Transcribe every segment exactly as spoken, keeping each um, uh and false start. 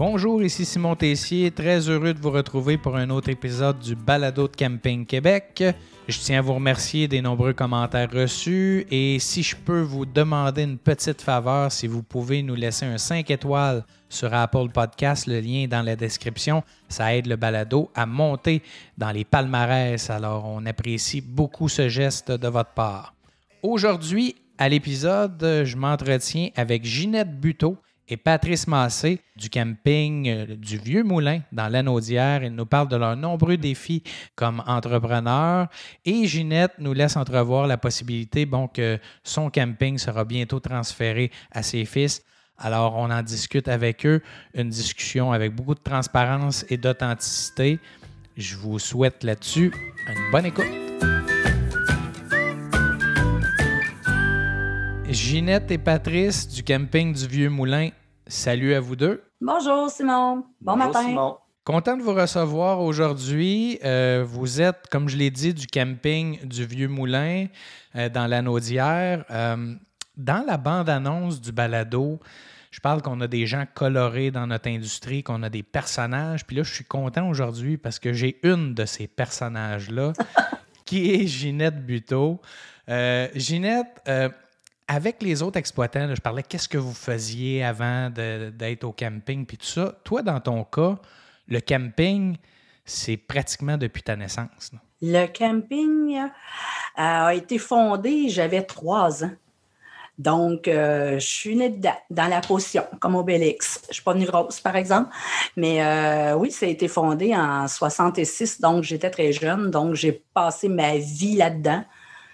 Bonjour, ici Simon Tessier, très heureux de vous retrouver pour un autre épisode du Balado de Camping Québec. Je tiens à vous remercier des nombreux commentaires reçus et si je peux vous demander une petite faveur, si vous pouvez nous laisser un cinq étoiles sur Apple Podcast, le lien est dans la description, ça aide le balado à monter dans les palmarès, alors on apprécie beaucoup ce geste de votre part. Aujourd'hui, à l'épisode, je m'entretiens avec Ginette Buteau et Patrice Massé du camping euh, du Vieux-Moulin dans Lanaudière. Ils nous parlent de leurs nombreux défis comme entrepreneurs. Et Ginette nous laisse entrevoir la possibilité bon, que son camping sera bientôt transféré à ses fils. Alors, on en discute avec eux, une discussion avec beaucoup de transparence et d'authenticité. Je vous souhaite là-dessus une bonne écoute. Ginette et Patrice du camping du Vieux-Moulin, salut à vous deux. Bonjour Simon, bon Bonjour, matin. Simon. Content de vous recevoir aujourd'hui. Euh, vous êtes, comme je l'ai dit, du camping du Vieux-Moulin euh, dans Lanaudière. Euh, dans la bande-annonce du balado, je parle qu'on a des gens colorés dans notre industrie, qu'on a des personnages. Puis là, je suis content aujourd'hui parce que j'ai une de ces personnages-là qui est Ginette Buteau. Euh, Ginette... Euh, Avec les autres exploitants, là, je parlais qu'est-ce que vous faisiez avant de, d'être au camping puis tout ça. Toi, dans ton cas, le camping, c'est pratiquement depuis ta naissance. Là. Le camping euh, a été fondé, j'avais trois ans. Donc, euh, je suis née dedans, dans la potion, comme Obélix. Je ne suis pas venue grosse, par exemple. Mais euh, oui, ça a été fondé en soixante-six, donc j'étais très jeune. Donc, j'ai passé ma vie là-dedans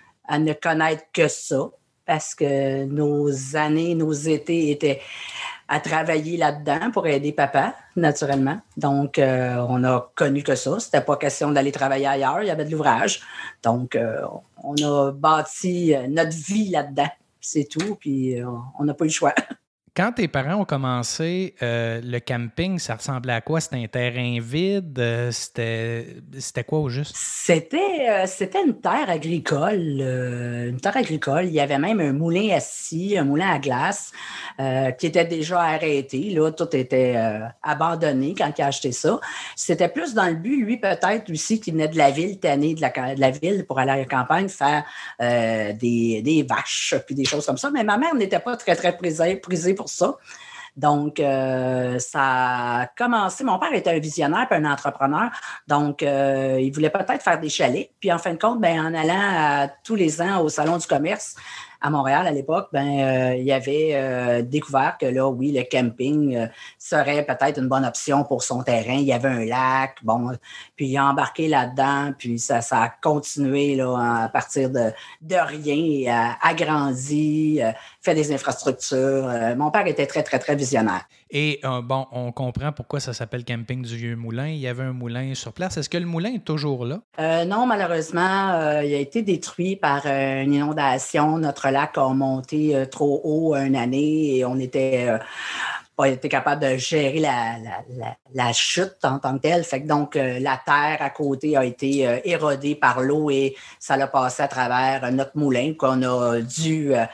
à ne connaître que ça. Parce que nos années, nos étés étaient à travailler là-dedans pour aider papa, naturellement. Donc, euh, on a connu que ça. C'était pas question d'aller travailler ailleurs. Il y avait de l'ouvrage. Donc, euh, on a bâti notre vie là-dedans. C'est tout. Puis, euh, on n'a pas eu le choix. Quand tes parents ont commencé, euh, le camping, ça ressemblait à quoi? C'était un terrain vide? Euh, c'était, c'était quoi au juste? C'était, euh, c'était une terre agricole. Euh, une terre agricole. Il y avait même un moulin assis, un moulin à glace euh, qui était déjà arrêté. Là, tout était euh, abandonné quand il a acheté ça. C'était plus dans le but, lui, peut-être aussi, qui venait de la ville, tanné de la, de la ville pour aller à la campagne, faire euh, des, des vaches puis des choses comme ça. Mais ma mère n'était pas très, très prisée, prisée pour ça. Donc, euh, ça a commencé. Mon père était un visionnaire et un entrepreneur. Donc, euh, il voulait peut-être faire des chalets. Puis, en fin de compte, ben, en allant à, tous les ans au Salon du commerce à Montréal à l'époque, ben, euh, il avait euh, découvert que là, oui, le camping euh, serait peut-être une bonne option pour son terrain. Il y avait un lac, bon, puis il a embarqué là-dedans, puis ça, ça a continué là, à partir de, de rien, et a agrandi, euh, fait des infrastructures. Euh, mon père était très, très, très visionnaire. Et euh, bon, on comprend pourquoi ça s'appelle camping du Vieux-Moulin. Il y avait un moulin sur place. Est-ce que le moulin est toujours là? Euh, non, malheureusement, euh, il a été détruit par euh, une inondation. Notre lac a monté euh, trop haut une année et on était euh, pas été capable de gérer la, la, la, la chute en tant que telle. Fait que donc, euh, la terre à côté a été euh, érodée par l'eau et ça l'a passé à travers notre moulin qu'on a dû... Euh,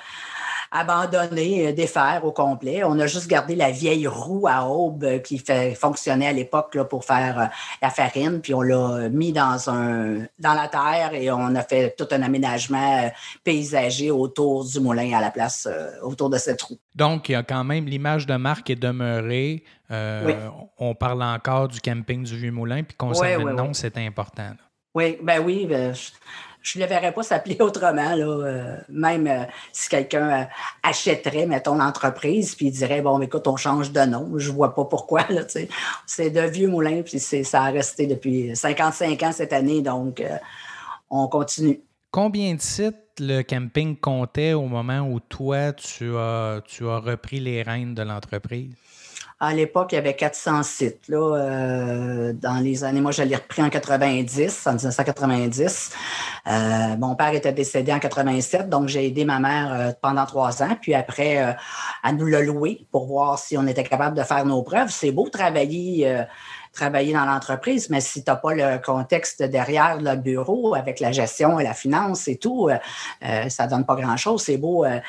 abandonné, défaire au complet. On a juste gardé la vieille roue à aube qui fait, fonctionnait à l'époque là, pour faire la farine, puis on l'a mis dans un dans la terre et on a fait tout un aménagement paysager autour du moulin à la place, euh, autour de cette roue. Donc, il y a quand même l'image de marque est demeurée. Euh, oui. On parle encore du camping du Vieux-Moulin, puis conserver oui, oui, le nom, oui. c'est important. Là. Oui, ben oui, ben, je ne le verrais pas s'appeler autrement. Là, euh, même euh, si quelqu'un euh, achèterait, mettons, l'entreprise, puis il dirait, bon, écoute, on change de nom. Je ne vois pas pourquoi. Là, c'est de Vieux-Moulin, puis c'est, ça a resté depuis cinquante-cinq ans cette année, donc euh, on continue. Combien de sites le camping comptait au moment où toi, tu as, tu as repris les rênes de l'entreprise? À l'époque, il y avait quatre cents sites. Là, euh, dans les années, moi, je l'ai repris en quatre-vingt-dix, en dix-neuf cent quatre-vingt-dix. Euh, mon père était décédé en quatre-vingt-sept, donc j'ai aidé ma mère euh, pendant trois ans. Puis après, euh, à nous le louer pour voir si on était capable de faire nos preuves. C'est beau travailler... Euh, travailler dans l'entreprise, mais si tu n'as pas le contexte derrière le bureau avec la gestion et la finance et tout, euh, ça ne donne pas grand-chose. C'est beau... Euh,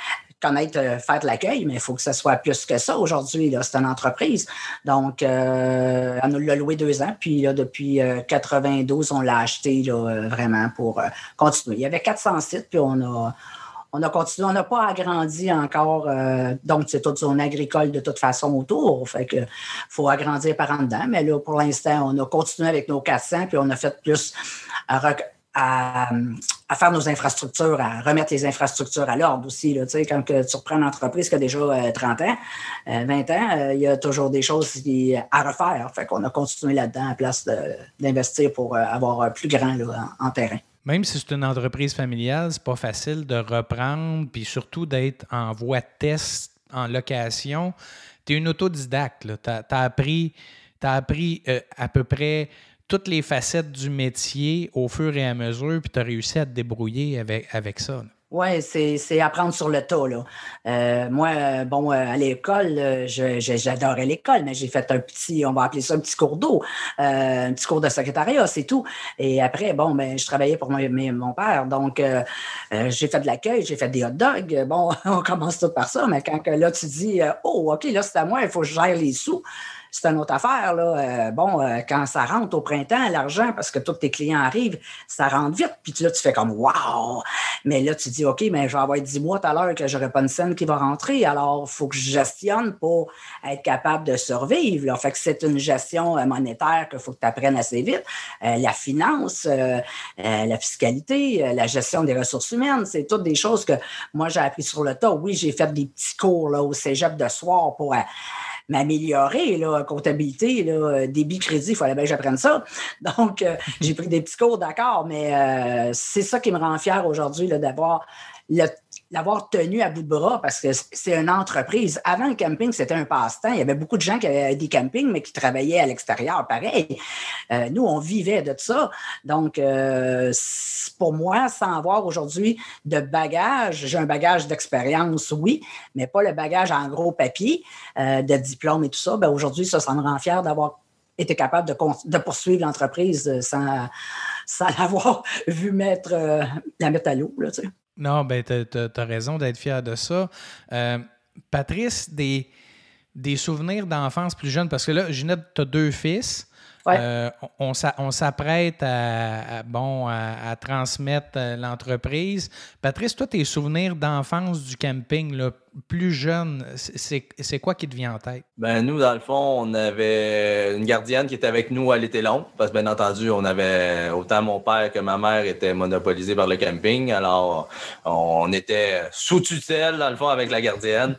connaître, euh, faire de l'accueil, mais il faut que ça soit plus que ça aujourd'hui. Là, c'est une entreprise. Donc, euh, on l'a loué deux ans, puis là, depuis euh, quatre-vingt-douze, on l'a acheté là, euh, vraiment pour euh, continuer. Il y avait quatre cents sites, puis on a, on a continué. On n'a pas agrandi encore. Euh, donc, c'est toute zone agricole de toute façon autour. Fait que faut agrandir par en dedans. Mais là, pour l'instant, on a continué avec nos quatre cents, puis on a fait plus à, rec- à, à faire nos infrastructures, à remettre les infrastructures à l'ordre aussi. Là, quand que tu reprends une entreprise qui a déjà euh, trente ans, euh, vingt ans, euh, il y a toujours des choses qui, à refaire. Fait qu'on a continué là-dedans à place de, d'investir pour euh, avoir plus grand là, en, en terrain. Même si c'est une entreprise familiale, c'est pas facile de reprendre, puis surtout d'être en voie de test, en location. Tu es une autodidacte. Tu as appris, t'as appris euh, à peu près toutes les facettes du métier au fur et à mesure, puis tu as réussi à te débrouiller avec, avec ça. Oui, c'est, c'est apprendre sur le tas. Là. Euh, moi, bon, à l'école, je, je, j'adorais l'école, mais j'ai fait un petit, on va appeler ça un petit cours d'eau, euh, un petit cours de secrétariat, c'est tout. Et après, bon, ben, je travaillais pour mon, mon père, donc euh, euh, j'ai fait de l'accueil, j'ai fait des hot dogs. Bon, on commence tout par ça, mais quand que, là, tu dis, euh, oh, OK, là, c'est à moi, il faut que je gère les sous. C'est une autre affaire. Là. Euh, bon, euh, quand ça rentre au printemps, l'argent, parce que tous tes clients arrivent, ça rentre vite. Puis là, tu fais comme « wow ». Mais là, tu dis « OK, mais je vais avoir dix mois tout à l'heure que je n'aurai pas une scène qui va rentrer. Alors, il faut que je gestionne pour être capable de survivre. » Là. Fait que c'est une gestion euh, monétaire qu'il faut que tu apprennes assez vite. Euh, la finance, euh, euh, la fiscalité, euh, la gestion des ressources humaines, c'est toutes des choses que moi, j'ai appris sur le tas. Oui, j'ai fait des petits cours là, au cégep de soir pour... Euh, m'améliorer, là, comptabilité, là, débit, crédit, il fallait bien que j'apprenne ça. Donc, euh, j'ai pris des petits cours, d'accord, mais euh, c'est ça qui me rend fier aujourd'hui, là, d'avoir le, l'avoir tenu à bout de bras parce que c'est une entreprise. Avant le camping, c'était un passe-temps. Il y avait beaucoup de gens qui avaient des campings, mais qui travaillaient à l'extérieur, pareil. Euh, nous, on vivait de ça. Donc, euh, pour moi, sans avoir aujourd'hui de bagage, j'ai un bagage d'expérience, oui, mais pas le bagage en gros papier, euh, de diplôme et tout ça. Ben, aujourd'hui, ça, ça me rend fier d'avoir été capable de, de poursuivre l'entreprise sans, sans l'avoir vu mettre, euh, la mettre à l'eau, là, tu sais. Non, ben tu as raison d'être fier de ça. Euh, Patrice, des, des souvenirs d'enfance plus jeunes, parce que là, Ginette, tu as deux fils. Ouais. Euh, on, on s'apprête à, à, bon, à, à transmettre l'entreprise. Patrice, toi, tes souvenirs d'enfance du camping, là, plus jeune, c'est, c'est quoi qui te vient en tête? Ben nous, dans le fond, on avait une gardienne qui était avec nous à l'été long, parce que bien entendu, on avait autant mon père que ma mère étaient monopolisés par le camping. Alors, on était sous tutelle, dans le fond, avec la gardienne.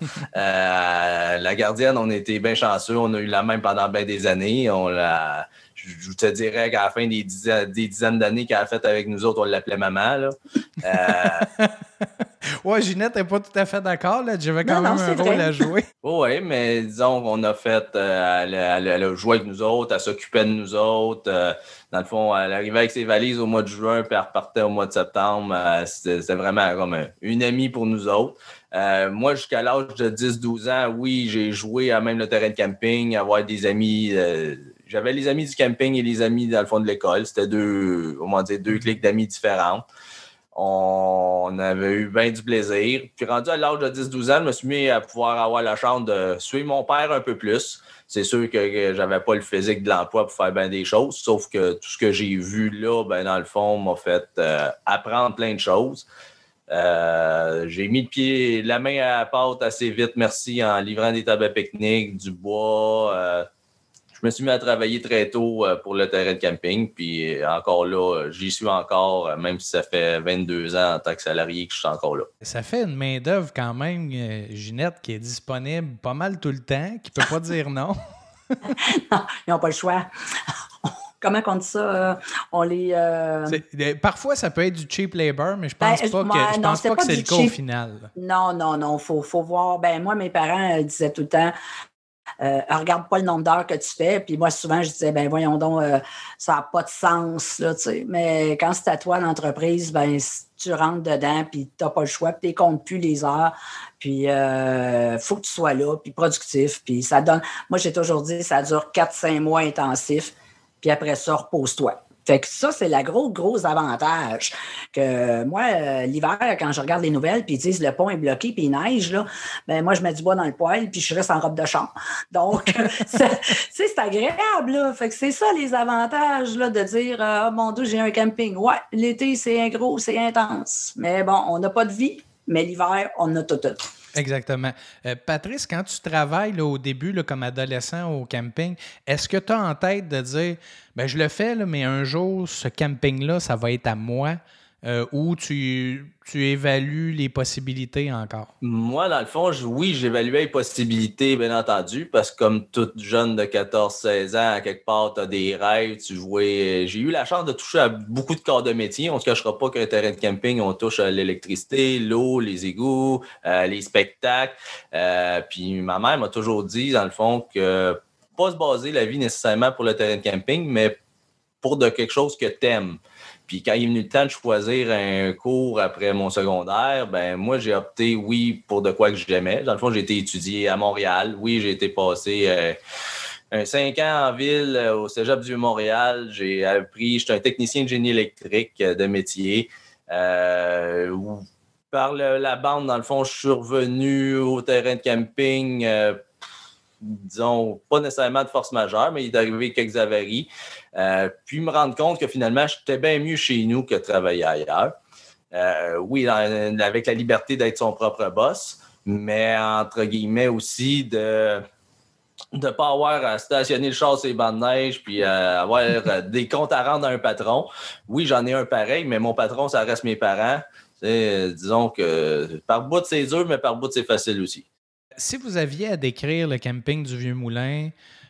euh, la gardienne, on était bien chanceux. On a eu la même pendant bien des années. On l'a... Je te dirais qu'à la fin des dizaines, des dizaines d'années qu'elle a fait avec nous autres, on l'appelait maman. Là. Euh... ouais, Ginette n'est pas tout à fait d'accord. Là. J'avais quand non, même non, un rôle vrai. à jouer. Oui, mais disons qu'on a fait, euh, elle, elle, elle a joué avec nous autres, elle s'occupait de nous autres. Euh, dans le fond, elle arrivait avec ses valises au mois de juin, puis elle repartait au mois de septembre. Euh, c'était, c'était vraiment comme une amie pour nous autres. Euh, moi, jusqu'à l'âge de dix douze ans, oui, j'ai joué à même le terrain de camping, avoir des amis... Euh, J'avais les amis du camping et les amis dans le fond de l'école. C'était deux, on va dire, deux cliques d'amis différentes. On avait eu bien du plaisir. Puis rendu à l'âge de dix douze ans, je me suis mis à pouvoir avoir la chance de suivre mon père un peu plus. C'est sûr que j'avais pas le physique de l'emploi pour faire bien des choses, sauf que tout ce que j'ai vu là, ben dans le fond, m'a fait euh, apprendre plein de choses. Euh, j'ai mis le pied, la main à la pâte assez vite, merci, en livrant des tables à pique-nique, du bois. Euh, Je me suis mis à travailler très tôt pour le terrain de camping. Puis encore là, j'y suis encore, même si ça fait vingt-deux ans en tant que salarié que je suis encore là. Ça fait une main-d'œuvre quand même, Ginette, qui est disponible pas mal tout le temps, qui ne peut pas dire non. Non, ils n'ont pas le choix. Comment on dit ça? On les. Euh... Parfois, ça peut être du cheap labor, mais je pense ben, pas que, moi, je pense non, pas que c'est le cas cheap. Au final. Non, non, non. Il faut, faut voir. Ben, moi, mes parents disaient tout le temps. Euh, regarde pas le nombre d'heures que tu fais. Puis moi, souvent, je disais, ben voyons donc, euh, ça n'a pas de sens, là, tu sais. Mais quand c'est à toi, l'entreprise, ben tu rentres dedans, puis tu n'as pas le choix, puis tu ne comptes plus les heures. Puis il euh, faut que tu sois là, puis productif. Puis ça donne... Moi, j'ai toujours dit, ça dure quatre cinq mois intensifs, puis après ça, repose-toi. Fait que ça, c'est le gros, gros avantage. Que moi, euh, l'hiver, quand je regarde les nouvelles, puis ils disent le pont est bloqué, puis il neige, là, ben moi, je mets du bois dans le poêle, puis je reste en robe de chambre. Donc, c'est, c'est agréable, là. Fait que c'est ça, les avantages, là, de dire, ah, mon Dieu, j'ai un camping. Ouais, l'été, c'est un gros, c'est intense. Mais bon, on n'a pas de vie, mais l'hiver, on a tout, tout. Exactement. Euh, Patrice, quand tu travailles là, au début là, comme adolescent au camping, est-ce que tu as en tête de dire ben, je le fais, là, mais un jour, ce camping-là, ça va être à moi euh, ou tu, tu évalues les possibilités encore? Moi, dans le fond, je, oui, j'évaluais les possibilités, bien entendu, parce que comme tout jeune de quatorze seize ans, à quelque part, tu as des rêves, tu jouais. J'ai eu la chance de toucher à beaucoup de corps de métier. On ne se cachera pas qu'un terrain de camping, on touche à l'électricité, l'eau, les égouts, euh, les spectacles. Euh, puis ma mère m'a toujours dit, dans le fond, que pas se baser la vie nécessairement pour le terrain de camping, mais pour de quelque chose que tu aimes. Puis quand il est venu le temps de choisir un cours après mon secondaire, ben moi, j'ai opté, oui, pour de quoi que j'aimais. Dans le fond, j'ai été étudié à Montréal. Oui, j'ai été passé euh, un cinq ans en ville euh, au Cégep du Montréal. J'ai appris, j'étais un technicien de génie électrique euh, de métier. Euh, où, par le, la bande, dans le fond, je suis revenu au terrain de camping euh, disons, pas nécessairement de force majeure, mais il est arrivé quelques avaries. Euh, puis me rendre compte que finalement, j'étais bien mieux chez nous que de travailler ailleurs. Euh, oui, dans, avec la liberté d'être son propre boss, mais entre guillemets aussi de ne pas avoir à stationner le char sur les bancs de neige puis euh, avoir euh, des comptes à rendre à un patron. Oui, j'en ai un pareil, mais mon patron, ça reste mes parents. Euh, disons que par bout, c'est dur, mais par bout, c'est facile aussi. Si vous aviez à décrire le camping du Vieux-Moulin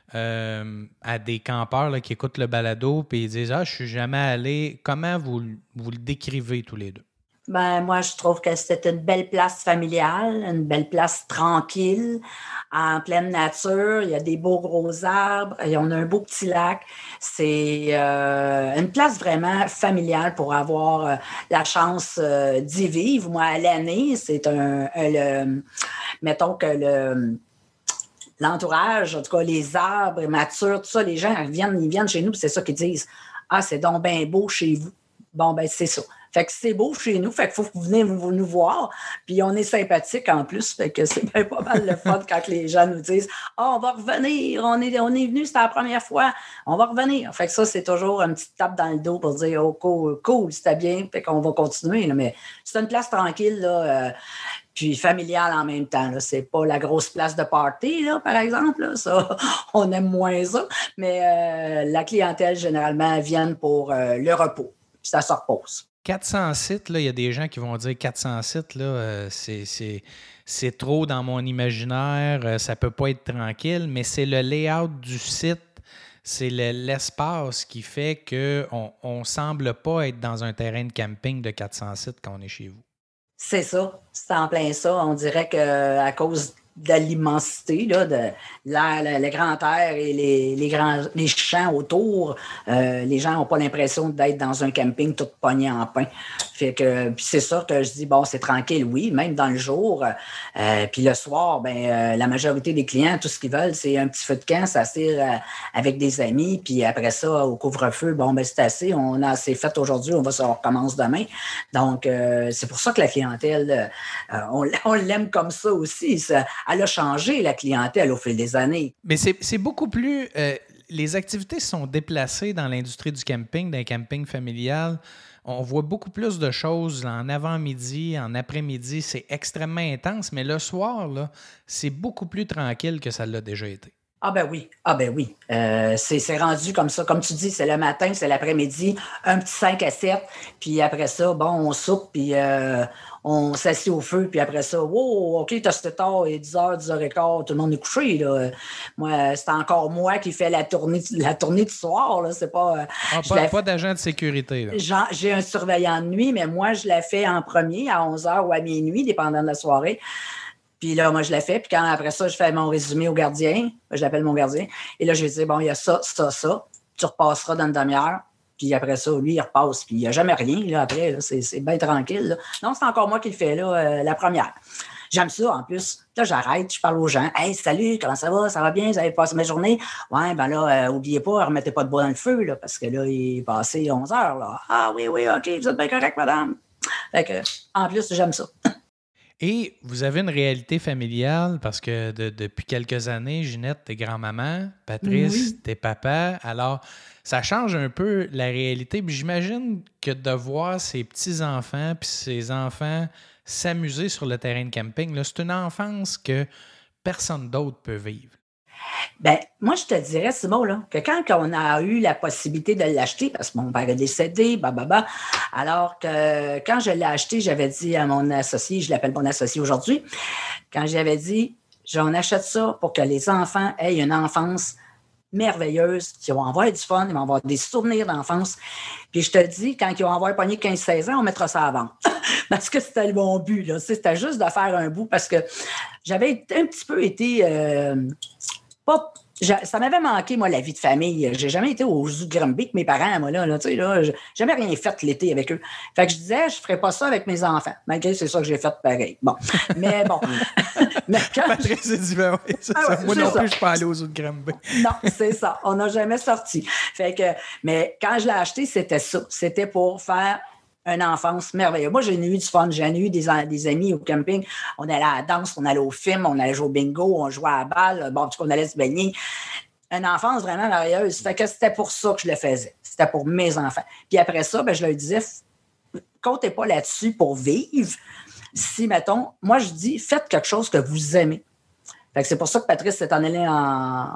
euh, à des campeurs là, qui écoutent le balado et ils disent « Ah, je suis jamais allé », comment vous, vous le décrivez tous les deux? Ben, moi, je trouve que c'était une belle place familiale, une belle place tranquille, en pleine nature. Il y a des beaux gros arbres, et on a un beau petit lac. C'est euh, une place vraiment familiale pour avoir euh, la chance euh, d'y vivre. Moi, à l'année, c'est un, un le, mettons que le l'entourage, en tout cas les arbres matures, tout ça, les gens ils viennent, ils viennent chez nous, puis c'est ça qu'ils disent. Ah, c'est donc bien beau chez vous. Bon, ben c'est ça. Fait que c'est beau chez nous, fait qu'il faut que vous venez vous, nous voir. Puis on est sympathique en plus, fait que c'est bien pas mal le fun quand les gens nous disent « Ah, oh, on va revenir, on est, on est venu, c'était la première fois, on va revenir. » Fait que ça, c'est toujours une petite tape dans le dos pour dire « Oh, cool, cool, c'était bien, fait qu'on va continuer. » Mais c'est une place tranquille, là, euh, puis familiale en même temps. Là. C'est pas la grosse place de party, là, par exemple. Là. Ça, on aime moins ça. Mais euh, la clientèle, généralement, vient pour euh, le repos. Puis ça se repose. quatre cents sites, là, il y a des gens qui vont dire quatre cents sites, là, euh, c'est, c'est, c'est trop dans mon imaginaire, euh, ça peut pas être tranquille, mais c'est le layout du site, c'est le, l'espace qui fait qu'on on semble pas être dans un terrain de camping de quatre cents sites quand on est chez vous. C'est ça, c'est en plein ça. On dirait qu'à cause de l'immensité, là, de l'air, le, le grand air et les, les, grands, les champs autour, euh, les gens n'ont pas l'impression d'être dans un camping tout pogné en pain. Fait que, puis c'est ça que je dis, bon, c'est tranquille, oui, même dans le jour. Euh, puis le soir, ben euh, la majorité des clients, tout ce qu'ils veulent, c'est un petit feu de camp, s'asseoir euh, avec des amis, puis après ça, au couvre-feu, bon, ben c'est assez, on a assez fait aujourd'hui, on va se recommence demain. Donc, euh, c'est pour ça que la clientèle, euh, on, on l'aime comme ça aussi. Ça, elle a changé, la clientèle, au fil des années. Mais c'est, c'est beaucoup plus... Euh, les activités sont déplacées dans l'industrie du camping, d'un camping familial. On voit beaucoup plus de choses en avant-midi, en après-midi. C'est extrêmement intense, mais le soir, là, c'est beaucoup plus tranquille que ça l'a déjà été. Ah ben oui, ah ben oui. Euh, c'est, c'est rendu comme ça. Comme tu dis, c'est le matin, c'est l'après-midi, un petit cinq à sept, puis après ça, bon, on soupe, puis euh, on s'assied au feu, puis après ça, wow, OK, t'as ce tard, et dix heures, dix heures quinze, tout le monde est couché, là. Moi, c'est encore moi qui fais la tournée, la tournée du soir, là, c'est pas... Ah, pas, la... pas d'agent de sécurité, là. Genre, j'ai un surveillant de nuit, mais moi, je la fais en premier, à onze heures ou à minuit, dépendant de la soirée. Puis là, moi, je l'ai fait. Puis quand après ça, je fais mon résumé au gardien. Je l'appelle mon gardien. Et là, je lui dis, bon, il y a ça, ça, ça. Tu repasseras dans une demi-heure. Puis après ça, lui, il repasse. Puis il n'y a jamais rien, là, après. Là, c'est, c'est bien tranquille. Là. Non, c'est encore moi qui le fais, là, euh, la première. J'aime ça, en plus. Là, j'arrête, je parle aux gens. « Hey, salut, comment ça va? Ça va bien? Vous avez passé ma journée? »« Ouais, ben là, euh, oubliez pas, remettez pas de bois dans le feu, là, parce que là, il est passé onze heures, là. »« Ah oui, oui, OK, vous êtes bien correct, madame. » Fait que, en plus, j'aime ça. Et vous avez une réalité familiale parce que de, depuis quelques années, Ginette, t'es grand-maman, Patrice, oui. t'es papa. Alors, ça change un peu la réalité. Puis j'imagine que de voir ces petits-enfants puis ces enfants s'amuser sur le terrain de camping, là, c'est une enfance que personne d'autre peut vivre. Bien, moi, je te dirais, Simon, là, que quand on a eu la possibilité de l'acheter, parce que mon père est décédé, bah, bah, bah, alors que quand je l'ai acheté, j'avais dit à mon associé, je l'appelle mon associé aujourd'hui, quand j'avais dit, j'en achète ça pour que les enfants aient une enfance merveilleuse, qu'ils vont avoir du fun, ils vont avoir des souvenirs d'enfance. Puis je te le dis, quand ils vont avoir pogné quinze seize ans, on mettra ça à vendre. Parce que c'était le bon but, là. C'était juste de faire un bout, parce que j'avais un petit peu été... Euh, pas... Ça m'avait manqué, moi, la vie de famille. J'ai jamais été au zoo de Granby avec mes parents, moi, là. là, tu sais, là j'ai jamais rien fait l'été avec eux. Fait que je disais, je ferais pas ça avec mes enfants. Malgré c'est ça que j'ai fait pareil. Bon. Mais bon. Mais quand Patrice s'est dit, ben oui, c'est ah, ça. Ouais, moi non ça. plus, je suis pas allé au zoo de Granby. Non, c'est ça. On n'a jamais sorti. Fait que, mais quand je l'ai acheté, c'était ça. C'était pour faire une enfance merveilleuse. Moi, j'ai eu du fun. J'ai eu des, des amis au camping. On allait à la danse, on allait au film, on allait jouer au bingo, on jouait à la balle. Bon, en tout cas, on allait se baigner. Une enfance vraiment merveilleuse. Fait que c'était pour ça que je le faisais. C'était pour mes enfants. Puis après ça, ben, je leur disais, comptez pas là-dessus pour vivre. Si, mettons, moi, je dis, faites quelque chose que vous aimez. Fait que c'est pour ça que Patrice s'est en allé en,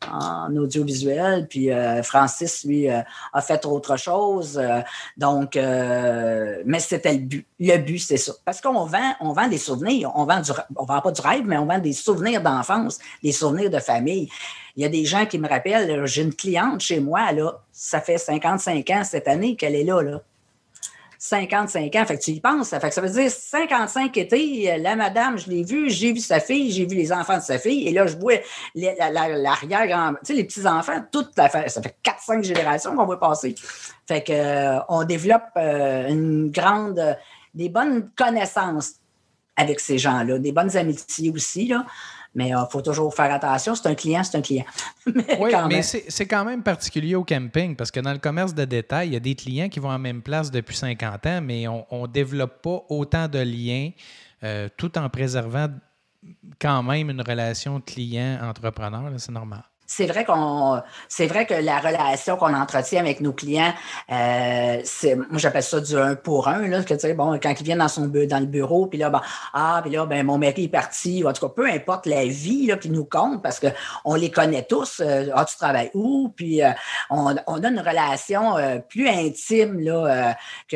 en audiovisuel, puis euh, Francis, lui, euh, a fait autre chose. Euh, donc, euh, mais c'était le but. Le but, c'est ça. Parce qu'on vend, on vend des souvenirs. On vend du, on vend pas du rêve, mais on vend des souvenirs d'enfance, des souvenirs de famille. Il y a des gens qui me rappellent, j'ai une cliente chez moi, là, ça fait cinquante-cinq ans cette année qu'elle est là, là. cinquante-cinq ans, fait que tu y penses, ça fait que ça veut dire cinquante-cinq étés, la madame, je l'ai vue, j'ai vu sa fille, j'ai vu les enfants de sa fille, et là, je vois les, la, la, l'arrière, tu sais, les petits-enfants, toute la, ça fait quatre cinq générations qu'on va passer. Fait que euh, on développe euh, une grande, euh, des bonnes connaissances avec ces gens-là, des bonnes amitiés aussi, là. Mais il euh, faut toujours faire attention. C'est un client, c'est un client. mais oui, quand mais même. c'est, c'est quand même particulier au camping parce que dans le commerce de détail, il y a des clients qui vont en même place depuis cinquante ans, mais on ne développe pas autant de liens euh, tout en préservant quand même une relation client-entrepreneur. Là, c'est normal. C'est vrai qu'on, c'est vrai que la relation qu'on entretient avec nos clients, euh, c'est, moi j'appelle ça du un pour un, là, que tu sais, bon, quand ils viennent dans son dans le bureau, puis là, ben, ah, puis là, ben, mon mari est parti, en tout cas, peu importe la vie là qui nous compte, parce que on les connaît tous. Euh, ah, tu travailles où? Puis euh, on, on a une relation euh, plus intime là euh,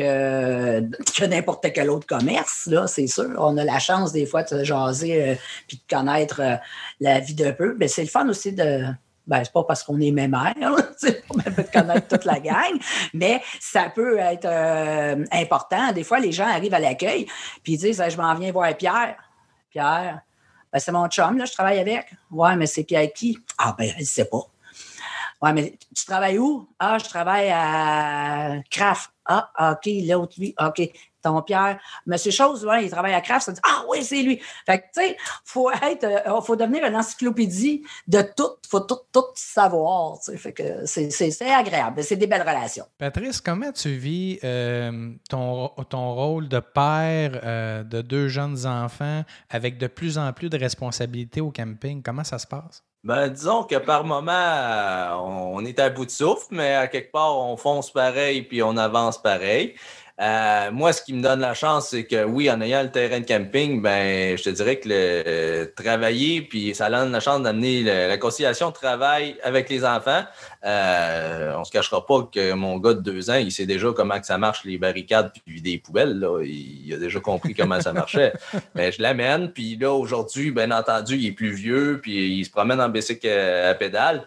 que que n'importe quel autre commerce, là, c'est sûr. On a la chance des fois de se jaser euh, puis de connaître euh, la vie d'un peu. Mais c'est le fun aussi de Ben, c'est pas parce qu'on est mémère, c'est pas même de connaître toute la gang, mais ça peut être euh, important. Des fois, les gens arrivent à l'accueil puis ils disent « Je m'en viens voir Pierre. » Pierre, ben, c'est mon chum, là, je travaille avec. « Ouais, mais c'est Pierre qui? » Ah, ben, je ne sais pas. « Ouais, mais tu travailles où? »« Ah, je travaille à Kraft. »« Ah, OK, l'autre, lui, OK. » Ton Pierre, Monsieur Chose, ouais, il travaille à Kraft, ça dit ah oui, c'est lui. Fait que tu sais, faut être, euh, faut devenir une encyclopédie de tout, faut tout, tout savoir. Tu sais, fait que c'est, c'est, c'est agréable, c'est des belles relations. Patrice, comment tu vis euh, ton, ton rôle de père euh, de deux jeunes enfants avec de plus en plus de responsabilités au camping? Comment ça se passe? Ben, disons que par moment, on est à bout de souffle, mais à quelque part, on fonce pareil puis on avance pareil. Euh, moi, ce qui me donne la chance, c'est que oui, en ayant le terrain de camping, ben, je te dirais que le euh, travailler, puis ça donne la chance d'amener le, la conciliation de travail avec les enfants. Euh, on se cachera pas que mon gars de deux ans, il sait déjà comment que ça marche, les barricades puis vider les poubelles. Là. Il, il a déjà compris comment ça marchait. Ben, je l'amène, puis là, aujourd'hui, bien entendu, il est plus vieux, puis il se promène en bicycle à, à pédale.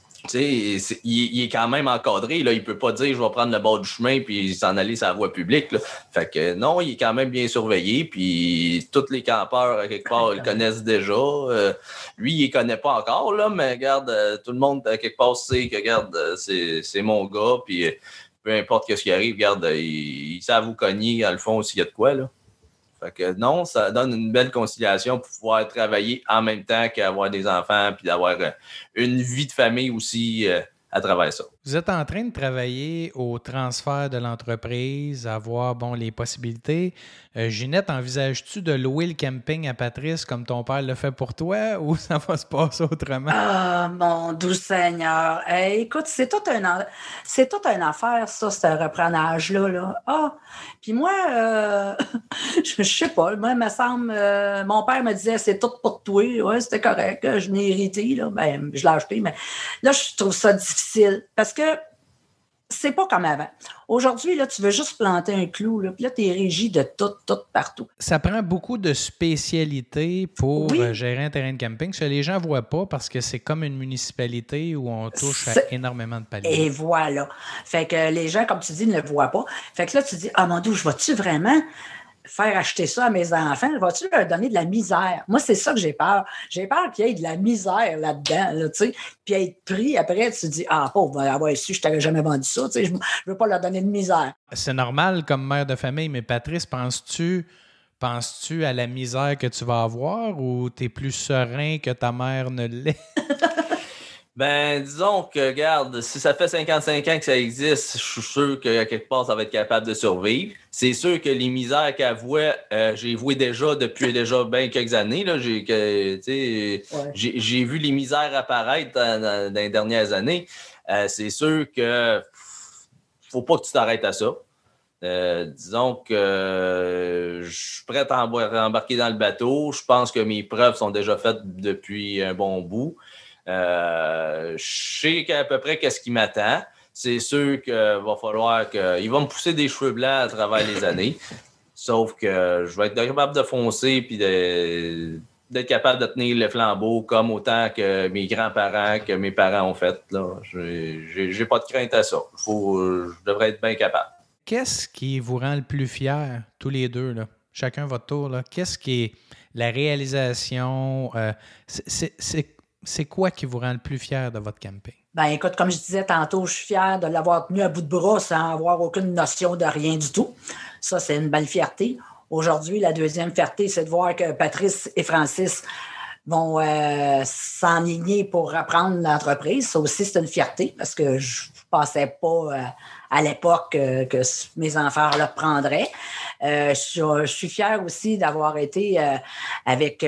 Tu sais, il, il est quand même encadré. Là. Il ne peut pas dire je vais prendre le bord du chemin puis s'en aller sur la voie publique. Là. Fait que non, il est quand même bien surveillé. Puis tous les campeurs, à quelque part, ils le connaissent déjà. Euh, lui, il ne connaît pas encore, là, mais regarde, euh, tout le monde, à quelque part, sait que regarde, euh, c'est, c'est mon gars. Puis euh, peu importe ce qui arrive, regarde, euh, ils, ils savent vous cogner, dans le fond, s'il y a de quoi. Là. Fait que non, ça donne une belle conciliation pour pouvoir travailler en même temps qu'avoir des enfants puis d'avoir une vie de famille aussi euh, à travers ça. Vous êtes en train de travailler au transfert de l'entreprise, à voir bon, les possibilités. Euh, Ginette, envisages-tu de louer le camping à Patrice comme ton père le fait pour toi ou ça va se passer autrement? Ah, mon doux Seigneur. Hey, écoute, c'est tout un c'est toute une affaire, ça, ce reprenage-là. Là. Ah, puis moi, euh, je, je sais pas, moi, il me semble, euh, mon père me disait, c'est tout pour toi. Ouais, c'était correct, je l'ai hérité, là. Ben, je l'ai acheté, mais là, je trouve ça difficile parce que c'est pas comme avant. Aujourd'hui, là, tu veux juste planter un clou, là, puis là, tu es régi de tout, tout, partout. Ça prend beaucoup de spécialités pour oui. gérer un terrain de camping. Ce que les gens ne voient pas parce que c'est comme une municipalité où on touche c'est... à énormément de paliers. Et voilà. Fait que les gens, comme tu dis, ne le voient pas. Fait que là, tu dis, ah mon Dieu, je vais-tu vraiment faire acheter ça à mes enfants? Vas-tu leur donner de la misère? Moi, c'est ça que j'ai peur. J'ai peur qu'il y ait de la misère là-dedans, là, tu sais. Puis être pris, après, tu te dis, ah, pauvre, avoir su, je t'avais jamais vendu ça, tu sais, je ne veux pas leur donner de misère. C'est normal comme mère de famille, mais Patrice, penses-tu, penses-tu à la misère que tu vas avoir ou tu es plus serein que ta mère ne l'est? Ben, disons que, regarde, si ça fait cinquante-cinq ans que ça existe, je suis sûr qu'à quelque part, ça va être capable de survivre. C'est sûr que les misères qu'elle voit, euh, j'ai voué déjà depuis déjà bien quelques années. Là. J'ai, que, ouais. j'ai, j'ai vu les misères apparaître dans, dans, dans les dernières années. Euh, c'est sûr que faut pas que tu t'arrêtes à ça. Euh, disons que euh, je suis prêt à embarquer dans le bateau. Je pense que mes preuves sont déjà faites depuis un bon bout. Euh, je sais à peu près qu'est-ce qui m'attend. C'est sûr qu'il va falloir que... Il va me pousser des cheveux blancs à travers les années. Sauf que je vais être capable de foncer et de, d'être capable de tenir le flambeau comme autant que mes grands-parents, que mes parents ont fait. Là. J'ai, j'ai, j'ai pas de crainte à ça. Faut, je devrais être bien capable. Qu'est-ce qui vous rend le plus fier, tous les deux, là? Chacun votre tour, là? Qu'est-ce qui est la réalisation? Euh, c'est... c'est, c'est... C'est quoi qui vous rend le plus fier de votre camping? Ben écoute, comme je disais tantôt, je suis fière de l'avoir tenu à bout de bras sans avoir aucune notion de rien du tout. Ça, c'est une belle fierté. Aujourd'hui, la deuxième fierté, c'est de voir que Patrice et Francis vont euh, s'enligner pour reprendre l'entreprise. Ça aussi, c'est une fierté parce que je ne pensais pas euh, à l'époque euh, que mes enfants le prendraient. Euh, je, je suis fière aussi d'avoir été euh, avec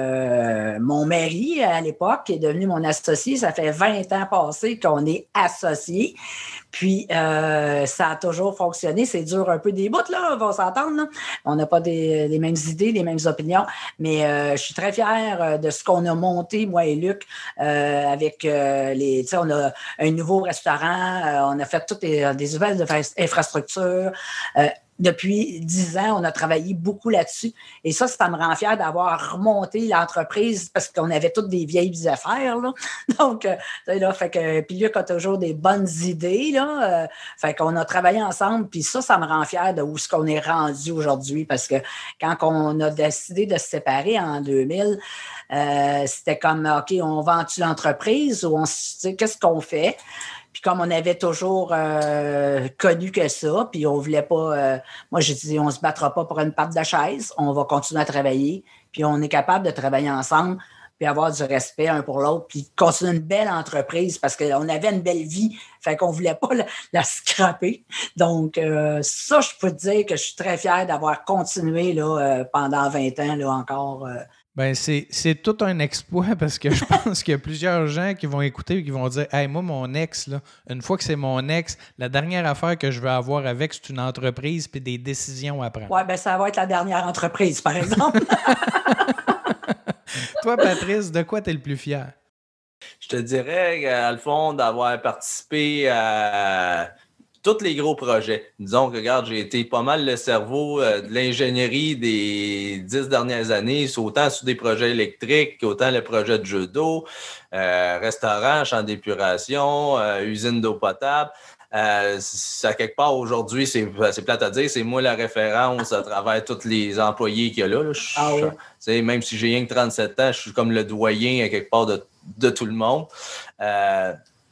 euh, mon mari à l'époque, qui est devenu mon associé. Ça fait vingt ans passés qu'on est associés. Puis, euh, ça a toujours fonctionné. C'est dur un peu des bouts, là, on va s'entendre. Là. On n'a pas des, les mêmes idées, les mêmes opinions, mais euh, je suis très fière de ce qu'on a monté, moi et Luc, euh, avec euh, les... Tu sais, on a un nouveau restaurant, euh, on a fait toutes les, des nouvelles infrastructures. Euh, Depuis dix ans, on a travaillé beaucoup là-dessus. Et ça, ça me rend fière d'avoir remonté l'entreprise parce qu'on avait toutes des vieilles affaires. Là. Donc, euh, là, fait que, puis Luc a toujours des bonnes idées. Là, euh, fait qu'on a travaillé ensemble. Puis ça, ça me rend fière de où est-ce qu'on est rendu aujourd'hui. Parce que quand on a décidé de se séparer en deux mille, euh, c'était comme, OK, on vend-tu l'entreprise ou on, qu'est-ce qu'on fait? Puis comme on avait toujours euh, connu que ça, puis on voulait pas... Euh, moi, j'ai dit, on se battra pas pour une patte de chaise, on va continuer à travailler, puis on est capable de travailler ensemble, puis avoir du respect un pour l'autre, puis continuer une belle entreprise, parce qu'on avait une belle vie, fait qu'on voulait pas la, la scraper. Donc, euh, ça, je peux te dire que je suis très fière d'avoir continué là, euh, pendant vingt ans là, encore. Euh, Ben c'est, c'est tout un exploit parce que je pense qu'il y a plusieurs gens qui vont écouter et qui vont dire « Hey, moi, mon ex, là, une fois que c'est mon ex, la dernière affaire que je veux avoir avec, c'est une entreprise puis des décisions à prendre. » Oui, ben ça va être la dernière entreprise, par exemple. Toi, Patrice, de quoi tu es le plus fier? Je te dirais, à le fond, d'avoir participé à tous les gros projets. Disons que, regarde, j'ai été pas mal le cerveau euh, de l'ingénierie des dix dernières années, autant sur des projets électriques, autant le projet de jeu d'eau, euh, restaurant, champ d'épuration, euh, usine d'eau potable. Euh, ça, quelque part, aujourd'hui, c'est, c'est plate à dire, c'est moi la référence à travers tous les employés qu'il y a là. là. Je, ah ouais. Même si j'ai rien que trente-sept ans, je suis comme le doyen à quelque part de, de tout le monde. Euh,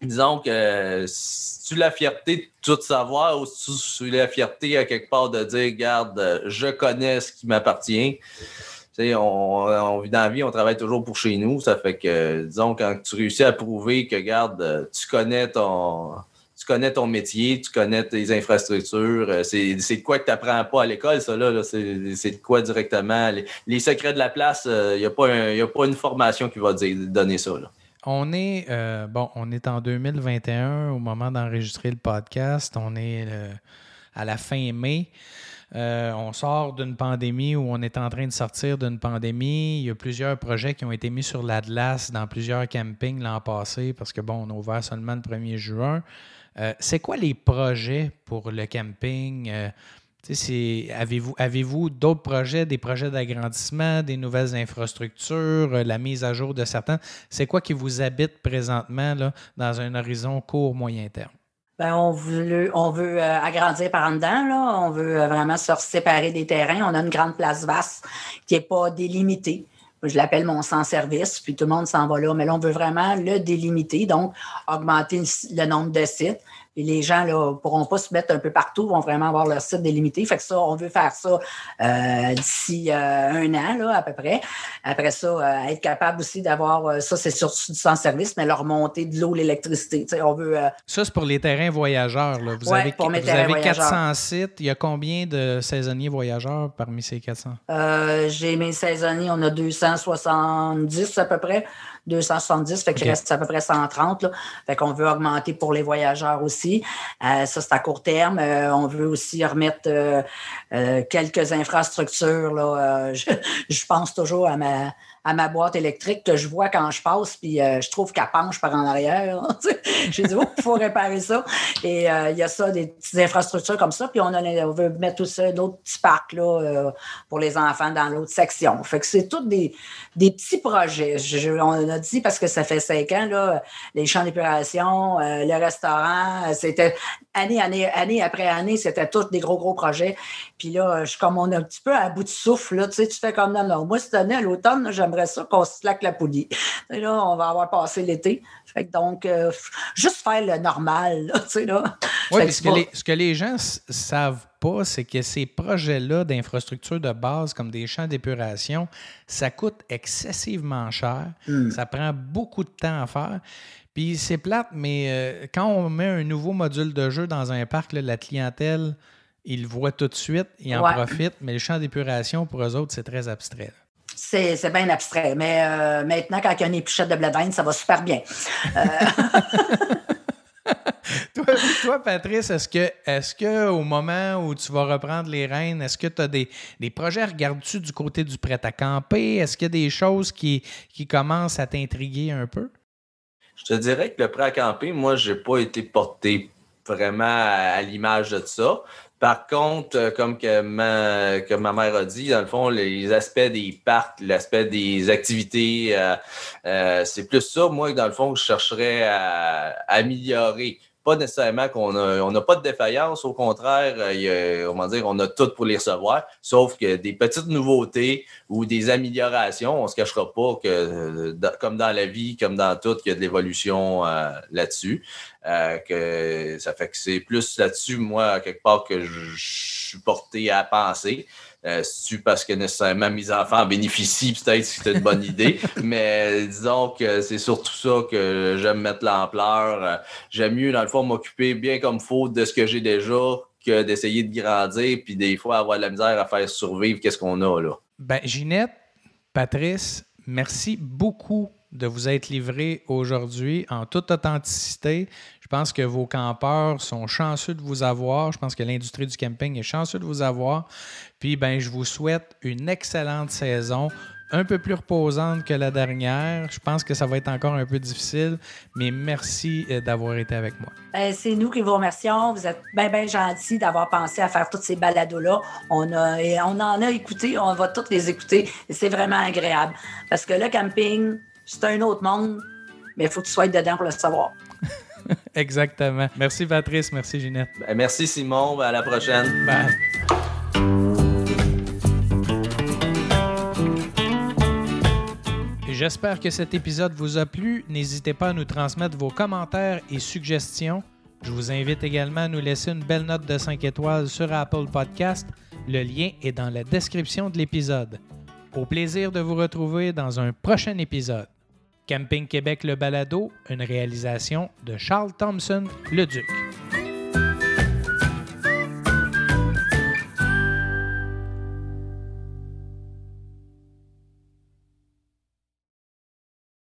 disons que euh, si tu la fierté de tout savoir ou si tu la fierté à quelque part de dire, regarde, je connais ce qui m'appartient. Tu sais, on, on vit dans la vie, on travaille toujours pour chez nous. Ça fait que, disons, quand tu réussis à prouver que, regarde, tu connais ton, tu connais ton métier, tu connais tes infrastructures, c'est, c'est de quoi que tu n'apprends pas à l'école, ça, là. là c'est, c'est de quoi directement. Les, les secrets de la place, il euh, n'y a, a pas une formation qui va dire, donner ça, là. On est, euh, bon, on est en deux mille vingt et un au moment d'enregistrer le podcast. On est euh, à la fin mai. Euh, on sort d'une pandémie où on est en train de sortir d'une pandémie. Il y a plusieurs projets qui ont été mis sur la glace dans plusieurs campings l'an passé parce que, bon, on a ouvert seulement le premier juin. Euh, c'est quoi les projets pour le camping? Euh, c'est, avez-vous, avez-vous d'autres projets, des projets d'agrandissement, des nouvelles infrastructures, euh, la mise à jour de certains? C'est quoi qui vous habite présentement là, dans un horizon court, moyen terme? Ben, on veut, on veut euh, agrandir par en dedans, là. On veut euh, vraiment se séparer des terrains. On a une grande place vaste qui n'est pas délimitée. Je l'appelle mon sans-service, puis tout le monde s'en va là. Mais là, on veut vraiment le délimiter, donc augmenter le, le nombre de sites. Et les gens ne pourront pas se mettre un peu partout, vont vraiment avoir leur site délimité. Fait que ça, on veut faire ça euh, d'ici euh, un an, là, à peu près. Après ça, euh, être capable aussi d'avoir, euh, ça, c'est surtout du sans-service, mais leur monter de l'eau, l'électricité. Tu sais, on veut... Euh... Ça, c'est pour les terrains voyageurs, là. Vous ouais, avez, pour mes vous terrains avez voyageurs. quatre cents sites. Il y a combien de saisonniers voyageurs parmi ces quatre cents? Euh, j'ai mes saisonniers, on a deux cent soixante-dix à peu près. deux cent soixante-dix, fait qu'il okay. reste à peu près cent trente. Là. Fait qu'on veut augmenter pour les voyageurs aussi. Euh, ça, c'est à court terme. Euh, on veut aussi remettre euh, euh, quelques infrastructures. Là. Euh, je, je pense toujours à ma, à ma boîte électrique que je vois quand je passe, puis euh, je trouve qu'elle penche par en arrière. J'ai dit, oh, il faut réparer ça. Et il euh, y a ça, des petites infrastructures comme ça. Puis on, a, on veut mettre aussi d'autres petits parcs là, euh, pour les enfants dans l'autre section. Fait que c'est tous des, des petits projets. Je, on a dit, parce que ça fait cinq ans, là, les champs d'épuration, euh, le restaurant, c'était année, année, année après année, c'était tous des gros, gros projets. Puis là, je suis comme on est un petit peu à bout de souffle. Là, tu sais, tu fais comme non, non. Moi, cette année, à l'automne, là, j'aimerais ça qu'on se claque la poulie. Et là, on va avoir passé l'été. Fait que donc, euh, juste faire le normal. Là, tu sais, là. Oui, mais ce que, les, ce que les gens s- savent pas, c'est que ces projets-là d'infrastructures de base, comme des champs d'épuration, ça coûte excessivement cher. Mm. Ça prend beaucoup de temps à faire. Puis c'est plate, mais euh, quand on met un nouveau module de jeu dans un parc, là, la clientèle, ils le voient tout de suite, ils en ouais. profitent, mais le champ d'épuration, pour eux autres, c'est très abstrait. Là. C'est, c'est bien abstrait, mais euh, maintenant, quand il y a une épluchette de blé d'Inde, ça va super bien. Euh... toi, toi, Patrice, est-ce que, est-ce que au moment où tu vas reprendre les rênes, est-ce que tu as des, des projets, regardes-tu du côté du prêt-à-camper? Est-ce qu'il y a des choses qui, qui commencent à t'intriguer un peu? Je te dirais que le prêt-à-camper, moi, je n'ai pas été porté vraiment à, à l'image de ça. Par contre, comme que ma, que ma mère a dit, dans le fond, les aspects des parcs, l'aspect des activités, euh, euh, c'est plus ça, moi, dans le fond, que je chercherais à, à améliorer. Pas nécessairement qu'on a, on n'a pas de défaillance, au contraire, il y a, comment dire, on a tout pour les recevoir, sauf que des petites nouveautés ou des améliorations, on ne se cachera pas que, comme dans la vie, comme dans tout, il y a de l'évolution euh, là-dessus. Euh, que ça fait que c'est plus là-dessus, moi, quelque part, que je, je suis porté à penser. Euh, c'est-tu parce que nécessairement mes enfants en bénéficient, peut-être que c'est une bonne idée, mais disons que c'est surtout ça que j'aime mettre l'ampleur. Euh, j'aime mieux, dans le fond, m'occuper bien comme il faut de ce que j'ai déjà que d'essayer de grandir puis des fois avoir de la misère à faire survivre qu'est-ce qu'on a là. Ben, Ginette, Patrice, merci beaucoup de vous être livrés aujourd'hui en toute authenticité. Je pense que vos campeurs sont chanceux de vous avoir. Je pense que l'industrie du camping est chanceux de vous avoir. Puis, ben, je vous souhaite une excellente saison, un peu plus reposante que la dernière. Je pense que ça va être encore un peu difficile, mais merci d'avoir été avec moi. Euh, c'est nous qui vous remercions. Vous êtes bien, bien gentils d'avoir pensé à faire toutes ces balados-là. On, a, et on en a écouté, on va toutes les écouter. Et c'est vraiment agréable. Parce que le camping, c'est un autre monde, mais il faut que tu sois dedans pour le savoir. Exactement. Merci Patrice, merci Ginette. Ben, merci Simon, à la prochaine. Bye. J'espère que cet épisode vous a plu. N'hésitez pas à nous transmettre vos commentaires et suggestions. Je vous invite également à nous laisser une belle note de cinq étoiles sur Apple Podcast. Le lien est dans la description de l'épisode. Au plaisir de vous retrouver dans un prochain épisode. Camping Québec le balado, une réalisation de Charles Thompson, le Duc.